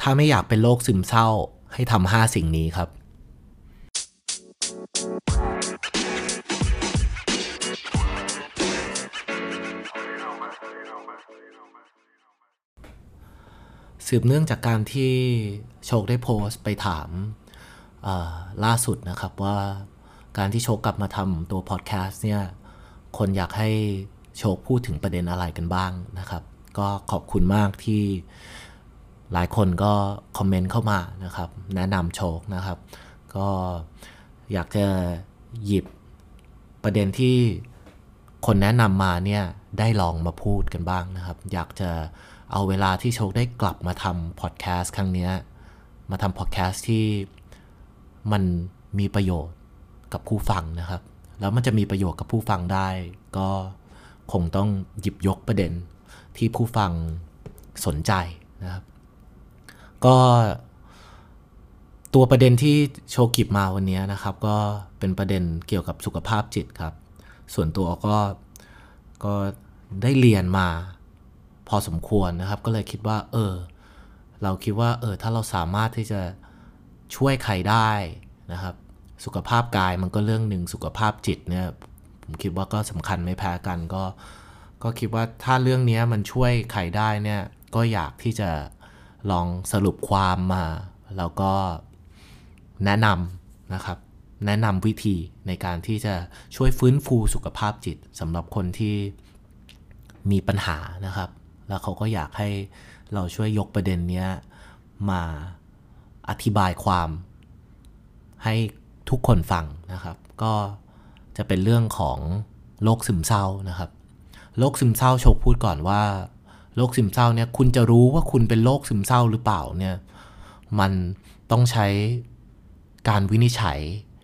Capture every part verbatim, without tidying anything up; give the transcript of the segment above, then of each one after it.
ถ้าไม่อยากเป็นโรคซึมเศร้าให้ทำห้าสิ่งนี้ครับสืบเนื่องจากการที่โชคได้โพสต์ไปถามล่าสุดนะครับว่าการที่โชคกลับมาทำตัวพอดแคสต์เนี่ยคนอยากให้โชคพูดถึงประเด็นอะไรกันบ้างนะครับก็ขอบคุณมากที่หลายคนก็คอมเมนต์เข้ามานะครับแนะนำโชคนะครับก็อยากจะหยิบประเด็นที่คนแนะนำมาเนี่ยได้ลองมาพูดกันบ้างนะครับอยากจะเอาเวลาที่โชคได้กลับมาทำพอดแคสต์ครั้งนี้มาทำพอดแคสต์ที่มันมีประโยชน์กับผู้ฟังนะครับแล้วมันจะมีประโยชน์กับผู้ฟังได้ก็คงต้องหยิบยกประเด็นที่ผู้ฟังสนใจนะครับก็ตัวประเด็นที่โชว์กิบมาวันนี้นะครับก็เป็นประเด็นเกี่ยวกับสุขภาพจิตครับส่วนตัวก็ก็ได้เรียนมาพอสมควรนะครับก็เลยคิดว่าเออเราคิดว่าเออถ้าเราสามารถที่จะช่วยใครได้นะครับสุขภาพกายมันก็เรื่องหนึ่งสุขภาพจิตเนี่ยผมคิดว่าก็สำคัญไม่แพ้กันก็ก็คิดว่าถ้าเรื่องนี้มันช่วยใครได้เนี่ยก็อยากที่จะลองสรุปความมาแล้วก็แนะนำนะครับแนะนำวิธีในการที่จะช่วยฟื้นฟูสุขภาพจิตสำหรับคนที่มีปัญหานะครับแล้วเขาก็อยากให้เราช่วยยกประเด็นนี้มาอธิบายความให้ทุกคนฟังนะครับก็จะเป็นเรื่องของโรคซึมเศร้านะครับโรคซึมเศร้าโชคพูดก่อนว่าโรคซึมเศร้าเนี่ยคุณจะรู้ว่าคุณเป็นโรคซึมเศร้าหรือเปล่าเนี่ยมันต้องใช้การวินิจฉัย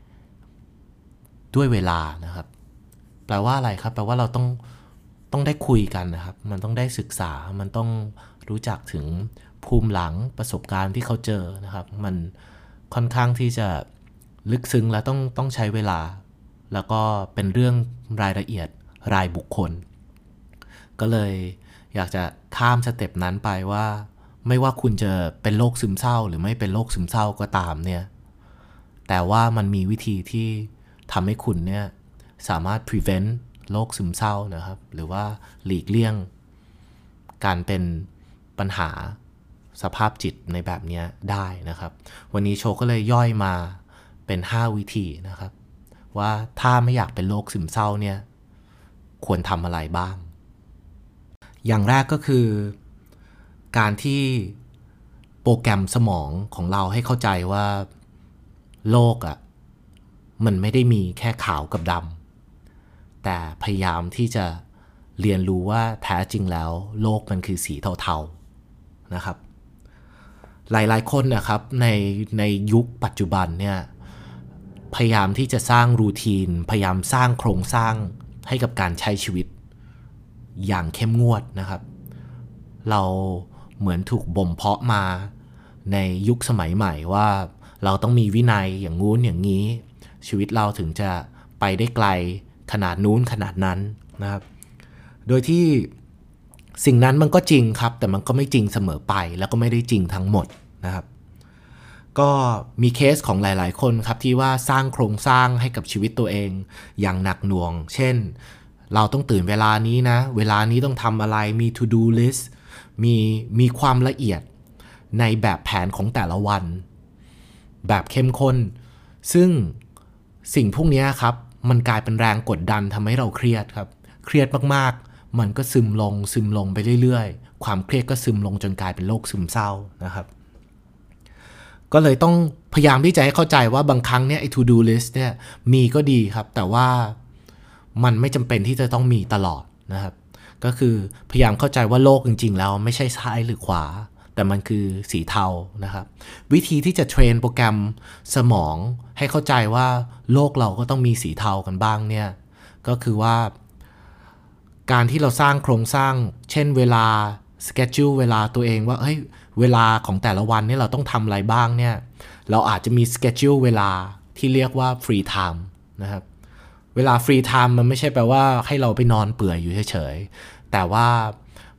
ด้วยเวลานะครับแปลว่าอะไรครับแปลว่าเราต้องต้องได้คุยกันนะครับมันต้องได้ศึกษามันต้องรู้จักถึงภูมิหลังประสบการณ์ที่เขาเจอนะครับมันค่อนข้างที่จะลึกซึ้งและต้องต้องใช้เวลาแล้วก็เป็นเรื่องรายละเอียดรายบุคคลก็เลยอยากจะข้ามสเต็ปนั้นไปว่าไม่ว่าคุณจะเป็นโรคซึมเศร้าหรือไม่เป็นโรคซึมเศร้าก็ตามเนี่ยแต่ว่ามันมีวิธีที่ทำให้คุณเนี่ยสามารถ prevent โรคซึมเศร้านะครับหรือว่าหลีกเลี่ยงการเป็นปัญหาสภาพจิตในแบบนี้ได้นะครับวันนี้โชว์ก็เลยย่อยมาเป็นห้าวิธีนะครับว่าถ้าไม่อยากเป็นโรคซึมเศร้าเนี่ยควรทำอะไรบ้างอย่างแรกก็คือการที่โปรแกรมสมองของเราให้เข้าใจว่าโลกอ่ะมันไม่ได้มีแค่ขาวกับดำแต่พยายามที่จะเรียนรู้ว่าแท้จริงแล้วโลกมันคือสีเทาๆนะครับหลายๆคนนะครับในในยุคปัจจุบันเนี่ยพยายามที่จะสร้างรูทีนพยายามสร้างโครงสร้างให้กับการใช้ชีวิตอย่างเข้มงวดนะครับเราเหมือนถูกบ่มเพาะมาในยุคสมัยใหม่ว่าเราต้องมีวินัยอย่างงู้นอย่างนี้ชีวิตเราถึงจะไปได้ไกลขนาดนู้นขนาดนั้นนะครับโดยที่สิ่งนั้นมันก็จริงครับแต่มันก็ไม่จริงเสมอไปแล้วก็ไม่ได้จริงทั้งหมดนะครับก็มีเคสของหลายๆคนครับที่ว่าสร้างโครงสร้างให้กับชีวิตตัวเองอย่างหนักหน่วงเช่นเราต้องตื่นเวลานี้นะเวลานี้ต้องทำอะไรมี to do list มีมีความละเอียดในแบบแผนของแต่ละวันแบบเข้มข้นซึ่งสิ่งพวกนี้ครับมันกลายเป็นแรงกดดันทำให้เราเครียดครับเครียดมากๆมันก็ซึมลงซึมลงไปเรื่อยๆความเครียดก็ซึมลงจนกลายเป็นโรคซึมเศร้านะครับก็เลยต้องพยายามที่จะให้เข้าใจว่าบางครั้งเนี่ยไอ้ to do list เนี่ยมีก็ดีครับแต่ว่ามันไม่จำเป็นที่จะต้องมีตลอดนะครับก็คือพยายามเข้าใจว่าโลกจริงๆแล้วไม่ใช่ซ้ายหรือขวาแต่มันคือสีเทานะครับวิธีที่จะเทรนโปรแกรมสมองให้เข้าใจว่าโลกเราก็ต้องมีสีเทากันบ้างเนี่ยก็คือว่าการที่เราสร้างโครงสร้างเช่นเวลา schedule เวลาตัวเองว่าเฮ้ยเวลาของแต่ละวันนี่เราต้องทำอะไรบ้างเนี่ยเราอาจจะมี schedule เวลาที่เรียกว่า free time นะครับเวลา free time มันไม่ใช่แปลว่าให้เราไปนอนเปื่อยอยู่เฉยๆแต่ว่า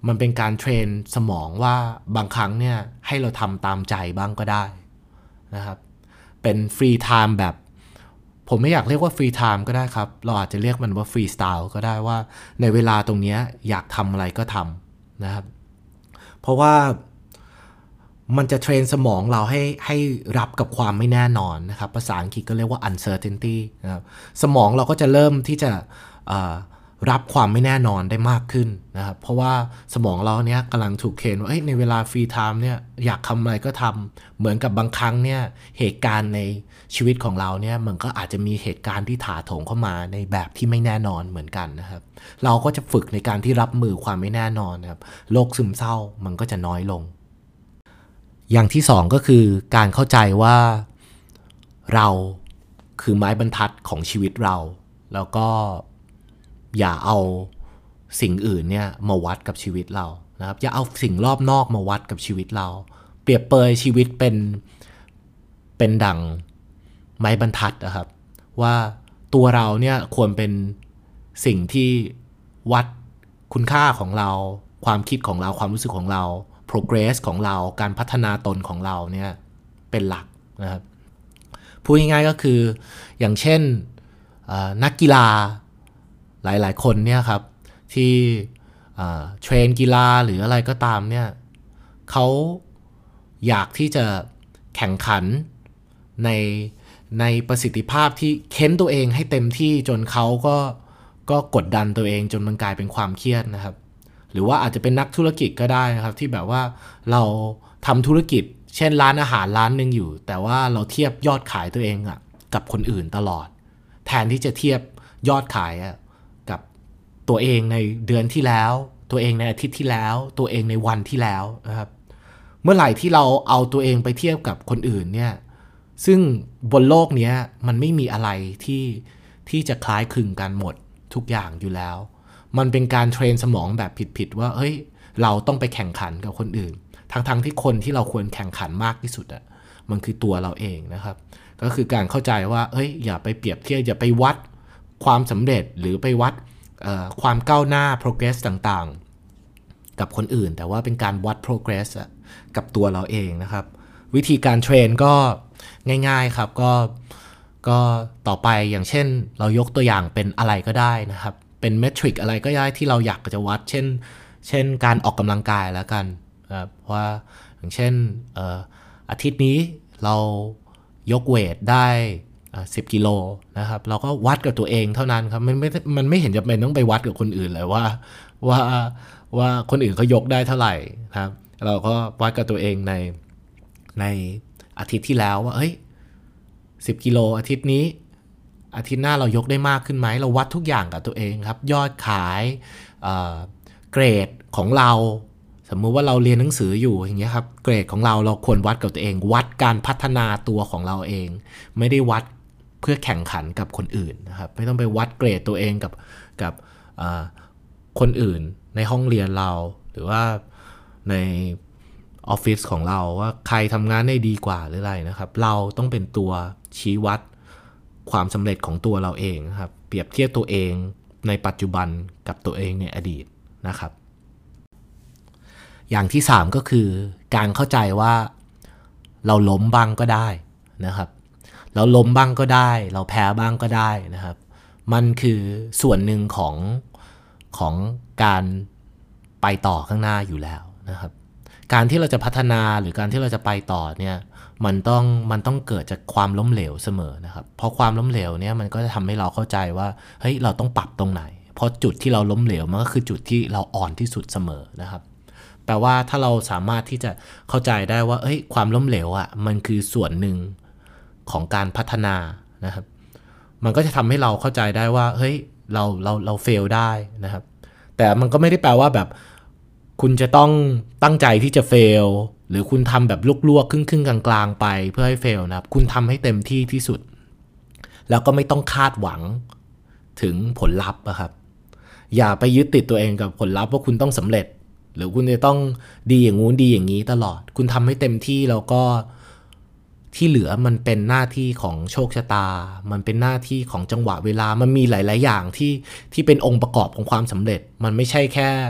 มันเป็นการเทรนสมองว่าบางครั้งเนี่ยให้เราทำตามใจบ้างก็ได้นะครับเป็นฟรีไทม์แบบผมไม่อยากเรียกว่าฟรีไทม์ก็ได้ครับเราอาจจะเรียกมันว่าฟรีสไตล์ก็ได้ว่าในเวลาตรงนี้อยากทำอะไรก็ทำนะครับเพราะว่ามันจะเทรนสมองเราให้ให้รับกับความไม่แน่นอนนะครับภาษาอังกฤษก็เรียกว่า uncertainty นะครับสมองเราก็จะเริ่มที่จะรับความไม่แน่นอนได้มากขึ้นนะครับเพราะว่าสมองเราเนี้ยกำลังถูกเทรนว่าในเวลาฟรีไทม์เนี่ยอยากทำอะไรก็ทำเหมือนกับบางครั้งเนี่ยเหตุการณ์ในชีวิตของเราเนี่ยมันก็อาจจะมีเหตุการณ์ที่ถาโถมเข้ามาในแบบที่ไม่แน่นอนเหมือนกันนะครับเราก็จะฝึกในการที่รับมือความไม่แน่นอนนะครับโรคซึมเศร้ามันก็จะน้อยลงอย่างที่สองก็คือการเข้าใจว่าเราคือไม้บรรทัดของชีวิตเราแล้วก็อย่าเอาสิ่งอื่นเนี่ยมาวัดกับชีวิตเรานะครับอย่าเอาสิ่งรอบนอกมาวัดกับชีวิตเราเปรียบเปยชีวิตเป็นเป็นดั่งไม้บรรทัดนะครับว่าตัวเราเนี่ยควรเป็นสิ่งที่วัดคุณค่าของเราความคิดของเราความรู้สึกของเรา progress ของเราการพัฒนาตนของเราเนี่ยเป็นหลักนะครับพูดง่ายๆก็คืออย่างเช่นนักกีฬาหลายๆคนเนี่ยครับที่เทรนกีฬาหรืออะไรก็ตามเนี่ยเขาอยากที่จะแข่งขันในในประสิทธิภาพที่เค้นตัวเองให้เต็มที่จนเขาก็ก็กดดันตัวเองจนมันกลายเป็นความเครียดนะครับหรือว่าอาจจะเป็นนักธุรกิจก็ได้นะครับที่แบบว่าเราทำธุรกิจเช่นร้านอาหารร้านนึงอยู่แต่ว่าเราเทียบยอดขายตัวเองอะกับคนอื่นตลอดแทนที่จะเทียบยอดขายอะกับตัวเองในเดือนที่แล้วตัวเองในอาทิตย์ที่แล้วตัวเองในวันที่แล้วนะครับเมื่อไหร่ที่เราเอาตัวเองไปเทียบกับคนอื่นเนี่ยซึ่งบนโลกนี้มันไม่มีอะไรที่ที่จะคล้ายคลึงกันหมดทุกอย่างอยู่แล้วมันเป็นการเทรนสมองแบบผิดๆว่าเฮ้ยเราต้องไปแข่งขันกับคนอื่นทั้งๆที่คนที่เราควรแข่งขันมากที่สุดอะมันคือตัวเราเองนะครับก็คือการเข้าใจว่าเฮ้ยอย่าไปเปรียบเทียบอย่าไปวัดความสำเร็จหรือไปวัดความก้าวหน้า progress ต่างๆกับคนอื่นแต่ว่าเป็นการวัด progress กับตัวเราเองนะครับวิธีการเทรนก็ง่ายๆครับก็ก็ต่อไปอย่างเช่นเรายกตัวอย่างเป็นอะไรก็ได้นะครับเป็นเมทริกอะไรก็ได้ที่เราอยากจะวัดเช่นเช่นการออกกำลังกายแล้วกันนะครับว่าอย่างเช่นอาทิตย์นี้เรายกเวทได้สิบกิโลนะครับเราก็วัดกับตัวเองเท่านั้นครับมันไม่มันไม่เห็นจำเป็นต้องไปวัดกับคนอื่นเลยว่าว่าว่าคนอื่นเขายกได้เท่าไหร่ครับเราก็วัดกับตัวเองในในอาทิตย์ที่แล้วว่าเฮ้ยสิบกิโลอาทิตย์นี้อาทิตย์หน้าเรายกได้มากขึ้นไหมเราวัดทุกอย่างกับตัวเองครับยอดขายเอ่อเกรดของเราสมมุติว่าเราเรียนหนังสืออยู่อย่างเงี้ยครับเกรดของเราเราควรวัดกับตัวเองวัดการพัฒนาตัวของเราเองไม่ได้วัดเพื่อแข่งขันกับคนอื่นนะครับไม่ต้องไปวัดเกรดตัวเองกับกับคนอื่นในห้องเรียนเราหรือว่าในออฟฟิศของเราว่าใครทำงานได้ดีกว่าหรืออะไรนะครับเราต้องเป็นตัวชี้วัดความสำเร็จของตัวเราเองนะครับเปรียบเทียบตัวเองในปัจจุบันกับตัวเองในอดีตนะครับอย่างที่สามก็คือการเข้าใจว่าเราล้มบ้างก็ได้นะครับเราล้มบ้างก็ได้เราแพ้บ้างก็ได้นะครับมันคือส่วนหนึ่งของของการไปต่อข้างหน้าอยู่แล้วนะครับการที่เราจะพัฒนาหรือการที่เราจะไปต่อเนี่ยมันต้องมันต้องเกิดจากความล้มเหลวเสมอนะครับเพราะความล้มเหลวเนี่ยมันก็จะทำให้เราเข้าใจว่าเฮ้ยเราต้องปรับตรงไหนเพราะจุดที่เราล้มเหลวมันก็คือจุดที่เราอ่อนที่สุดเสมอนะครับแปลว่าถ้าเราสามารถที่จะเข้าใจได้ว่าเอ้ยความล้มเหลวอ่ะมันคือส่วนหนึ่งของการพัฒนานะครับมันก็จะทำให้เราเข้าใจได้ว่าเฮ้ยเราเราเราเฟลได้นะครับแต่มันก็ไม่ได้แปลว่าแบบคุณจะต้องตั้งใจที่จะเฟลหรือคุณทำแบบลวกๆครึ่งๆกลางๆไปเพื่อให้เฟลนะครับคุณทำให้เต็มที่ที่สุดแล้วก็ไม่ต้องคาดหวังถึงผลลัพธ์นะครับอย่าไปยึดติดตัวเองกับผลลัพธ์ว่าคุณต้องสำเร็จหรือคุณจะต้องดีอย่างงู้นดีอย่างนี้ตลอดคุณทำให้เต็มที่แล้วก็ที่เหลือมันเป็นหน้าที่ของโชคชะตามันเป็นหน้าที่ของจังหวะเวลามันมีหลายๆอย่างที่ที่เป็นองค์ประกอบของความสำเร็จมันไม่ใช่แค่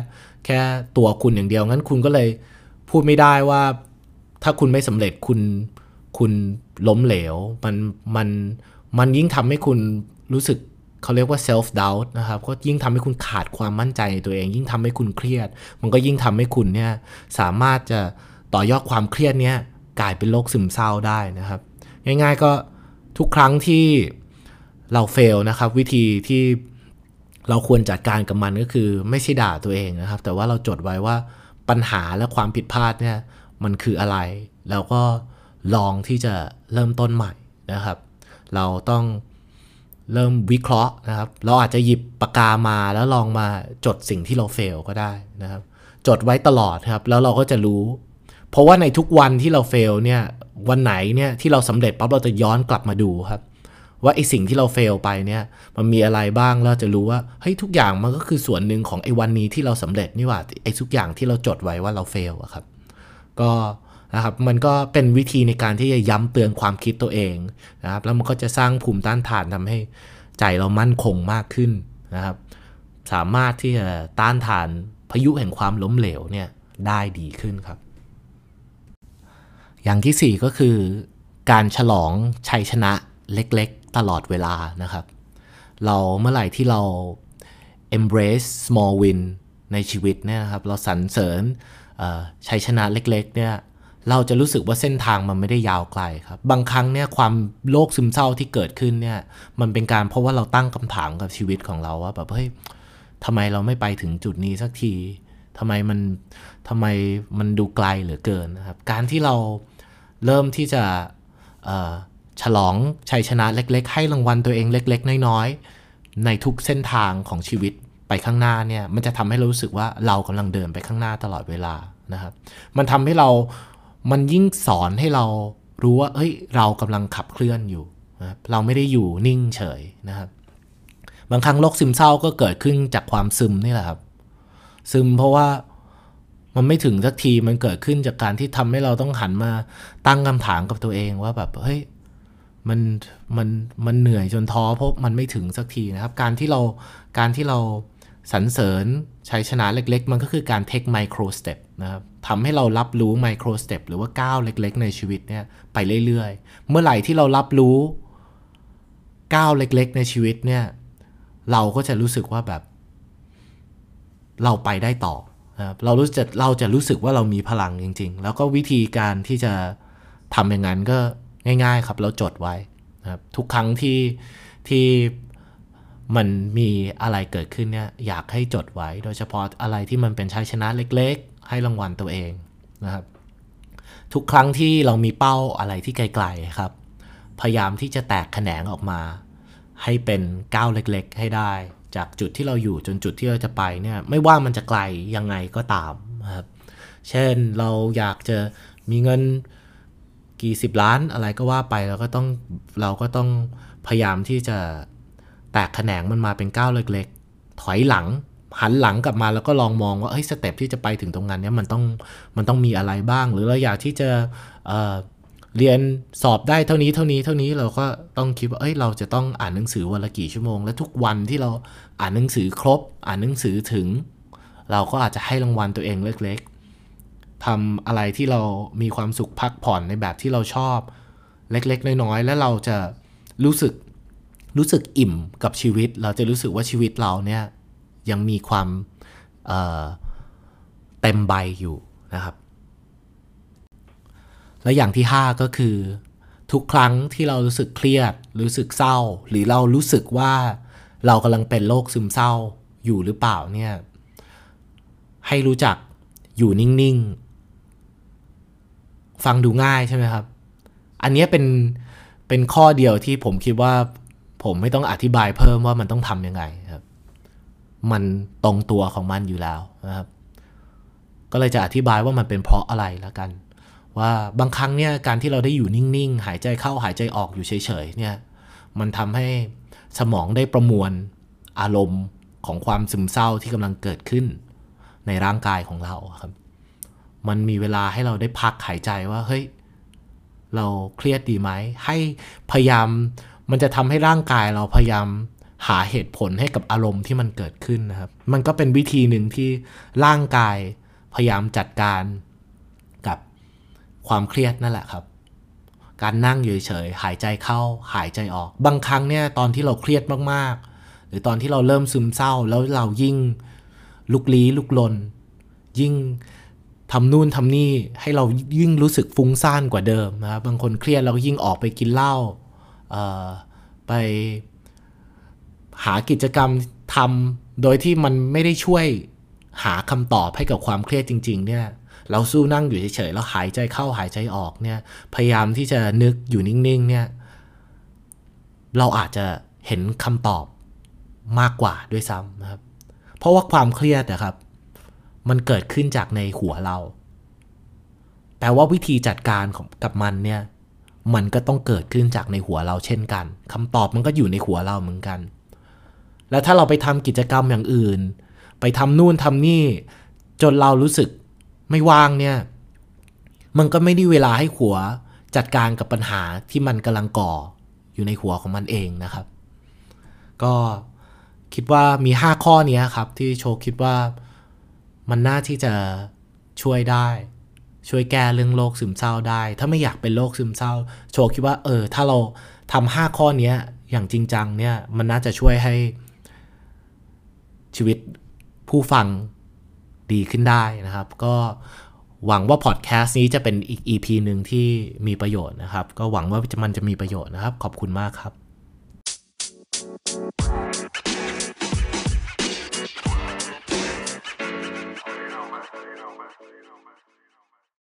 แค่ตัวคุณอย่างเดียวงั้นคุณก็เลยพูดไม่ได้ว่าถ้าคุณไม่สำเร็จคุณคุณล้มเหลวมันมันมันยิ่งทำให้คุณรู้สึกเขาเรียกว่า self doubt นะครับก็ยิ่งทำให้คุณขาดความมั่นใจในตัวเองยิ่งทำให้คุณเครียดมันก็ยิ่งทำให้คุณเนี่ยสามารถจะต่อยอดความเครียดเนี้ยกลายเป็นโรคซึมเศร้าได้นะครับง่ายๆก็ทุกครั้งที่เราเฟลนะครับวิธีที่เราควรจัดการกับมันก็คือไม่ใช่ด่าตัวเองนะครับแต่ว่าเราจดไว้ว่าปัญหาและความผิดพลาดเนี่ยมันคืออะไรแล้วก็ลองที่จะเริ่มต้นใหม่นะครับเราต้องเริ่มวิเคราะห์นะครับเราอาจจะหยิบปากกามาแล้วลองมาจดสิ่งที่เราเฟลก็ได้นะครับจดไว้ตลอดครับแล้วเราก็จะรู้เพราะว่าในทุกวันที่เราเฟลเนี่ยวันไหนเนี่ยที่เราสำเร็จปั๊บเราจะย้อนกลับมาดูครับว่าไอสิ่งที่เราเฟลไปเนี่ยมันมีอะไรบ้างเราจะรู้ว่าเฮ้ยทุกอย่างมันก็คือส่วนหนึ่งของไอวันนี้ที่เราสำเร็จนี่หว่าไอทุกอย่างที่เราจดไว้ว่าเราเฟลอะครับก็นะครับมันก็เป็นวิธีในการที่จะย้ำเตือนความคิดตัวเองนะครับแล้วมันก็จะสร้างภูมิต้านทานทำให้ใจเรามั่นคงมากขึ้นนะครับสามารถที่จะต้านทานพายุแห่งความล้มเหลวเนี่ยได้ดีขึ้นครับอย่างที่สี่ก็คือการฉลองชัยชนะเล็กๆตลอดเวลานะครับเราเมื่อไหร่ที่เรา embrace small win ในชีวิตเนี่ยนะครับเราสรรเสริญชัยชนะเล็กๆเนี่ยเราจะรู้สึกว่าเส้นทางมันไม่ได้ยาวไกลครับบางครั้งเนี่ยความโรคซึมเศร้าที่เกิดขึ้นเนี่ยมันเป็นการเพราะว่าเราตั้งคำถามกับชีวิตของเราว่าแบบเฮ้ยทำไมเราไม่ไปถึงจุดนี้สักทีทำไมมันทำไมมันดูไกลเหลือเกินนะครับการที่เราเริ่มที่จะฉลองชัยชนะเล็กๆให้รางวัลตัวเองเล็กๆน้อยๆในทุกเส้นทางของชีวิตไปข้างหน้าเนี่ยมันจะทำให้เรารู้สึกว่าเรากำลังเดินไปข้างหน้าตลอดเวลานะครับมันทำให้เรามันยิ่งสอนให้เรารู้ว่าเอ้ยเรากำลังขับเคลื่อนอยู่นะครับเราไม่ได้อยู่นิ่งเฉยนะครับบางครั้งโรคซึมเศร้าก็เกิดขึ้นจากความซึมนี่แหละครับซึมเพราะว่ามันไม่ถึงสักทีมันเกิดขึ้นจากการที่ทำให้เราต้องหันมาตั้งคำถามกับตัวเองว่าแบบเฮ้ยมันมันมันเหนื่อยจนท้อเพราะมันไม่ถึงสักทีนะครับการที่เราการที่เราสรรเสริญชัยชนะเล็กๆมันก็คือการ take micro step นะครับทำให้เรารับรู้ micro step หรือว่าก้าวเล็กๆในชีวิตเนี่ยไปเรื่อยๆเมื่อไหร่ที่เรารับรู้ก้าวเล็กๆในชีวิตเนี่ยเราก็จะรู้สึกว่าแบบเราไปได้ต่อนะครับเรารู้จะเราจะรู้สึกว่าเรามีพลังจริงๆแล้วก็วิธีการที่จะทำอย่างนั้นก็ง่ายๆครับเราจดไว้นะครับทุกครั้งที่ที่มันมีอะไรเกิดขึ้นเนี่ยอยากให้จดไว้โดยเฉพาะอะไรที่มันเป็นชัยชนะเล็กๆให้รางวัลตัวเองนะครับทุกครั้งที่เรามีเป้าอะไรที่ไกลๆครับพยายามที่จะแตกแขนงออกมาให้เป็นก้าวเล็กๆให้ได้จากจุดที่เราอยู่จนจุดที่เราจะไปเนี่ยไม่ว่ามันจะไกลยังไงก็ตามนะครับเช่นเราอยากจะมีเงินกี่สิบล้านอะไรก็ว่าไปเราก็ต้องเราก็ต้องพยายามที่จะแตกแขนงมันมาเป็นก้าวเล็กๆถอยหลังหันหลังกลับมาแล้วก็ลองมองว่าเฮ้ยสเต็ปที่จะไปถึงตรงนั้นเนี่ยมันต้องมันต้องมีอะไรบ้างหรือเราอยากที่จะเอ่อเรียนสอบได้เท่านี้เท่านี้เท่านี้เราก็ต้องคิดว่าเอ้ยเราจะต้องอ่านหนังสือวันละกี่ชั่วโมงและทุกวันที่เราอ่านหนังสือครบอ่านหนังสือถึงเราก็อาจจะให้รางวัลตัวเองเล็กๆทำอะไรที่เรามีความสุขพักผ่อนในแบบที่เราชอบเล็กๆน้อยๆแล้วเราจะรู้สึกรู้สึกอิ่มกับชีวิตเราจะรู้สึกว่าชีวิตเราเนี่ยยังมีความเอ่อเต็มใบอยู่นะครับและอย่างที่ห้าก็คือทุกครั้งที่เรารู้สึกเครียดรู้สึกเศร้าหรือเรารู้สึกว่าเรากำลังเป็นโรคซึมเศร้าอยู่หรือเปล่าเนี่ยให้รู้จักอยู่นิ่งๆฟังดูง่ายใช่ไหมครับอันนี้เป็นเป็นข้อเดียวที่ผมคิดว่าผมไม่ต้องอธิบายเพิ่มว่ามันต้องทำยังไงครับมันตรงตัวของมันอยู่แล้วนะครับก็เลยจะอธิบายว่ามันเป็นเพราะอะไรแล้วกันว่าบางครั้งเนี่ยการที่เราได้อยู่นิ่งๆหายใจเข้าหายใจออกอยู่เฉยๆเนี่ยมันทำให้สมองได้ประมวลอารมณ์ของความซึมเศร้าที่กำลังเกิดขึ้นในร่างกายของเราครับมันมีเวลาให้เราได้พักหายใจว่าเฮ้ยเราเครียดดีไหมให้พยายามมันจะทำให้ร่างกายเราพยายามหาเหตุผลให้กับอารมณ์ที่มันเกิดขึ้นนะครับมันก็เป็นวิธีหนึ่งที่ร่างกายพยายามจัดการกับความเครียดนั่นแหละครับการนั่งเฉยๆหายใจเข้าหายใจออกบางครั้งเนี่ยตอนที่เราเครียดมากๆหรือตอนที่เราเริ่มซึมเศร้าแล้วเรายิ่งลุกลี้ลุกลนยิ่งทำนู่นทำนี่ให้เรายิ่งรู้สึกฟุ้งซ่านกว่าเดิมนะครับบางคนเครียดแล้วก็ยิ่งออกไปกินเหล้าเอ่อไปหากิจกรรมทำโดยที่มันไม่ได้ช่วยหาคำตอบให้กับความเครียดจริงๆเนี่ยเราสู้นั่งอยู่เฉยๆแล้วหายใจเข้าหายใจออกเนี่ยพยายามที่จะนึกอยู่นิ่งๆเนี่ยเราอาจจะเห็นคำตอบมากกว่าด้วยซ้ำนะครับเพราะว่าความเครียดนะครับมันเกิดขึ้นจากในหัวเราแต่ว่าวิธีจัดการของกับมันเนี่ยมันก็ต้องเกิดขึ้นจากในหัวเราเช่นกันคำตอบมันก็อยู่ในหัวเราเหมือนกันแล้วถ้าเราไปทำกิจกรรมอย่างอื่นไปทำนู่นทำนี่จนเรารู้สึกไม่ว่างเนี่ยมันก็ไม่ได้เวลาให้หัวจัดการกับปัญหาที่มันกำลังก่ออยู่ในหัวของมันเองนะครับก็คิดว่ามีห้าข้อนี้ครับที่โชว์คิดว่ามันน่าที่จะช่วยได้ช่วยแก้เรื่องโรคซึมเศร้าได้ถ้าไม่อยากเป็นโรคซึมเศร้าโชว์คิดว่าเออถ้าเราทำห้าข้อนี้อย่างจริงจังเนี่ยมันน่าจะช่วยให้ชีวิตผู้ฟังดีขึ้นได้นะครับก็หวังว่าพอดแคสต์นี้จะเป็นอีก อี พี หนึ่งที่มีประโยชน์นะครับก็หวังว่ามันจะมีประโยชน์นะครับขอบคุณมากครับ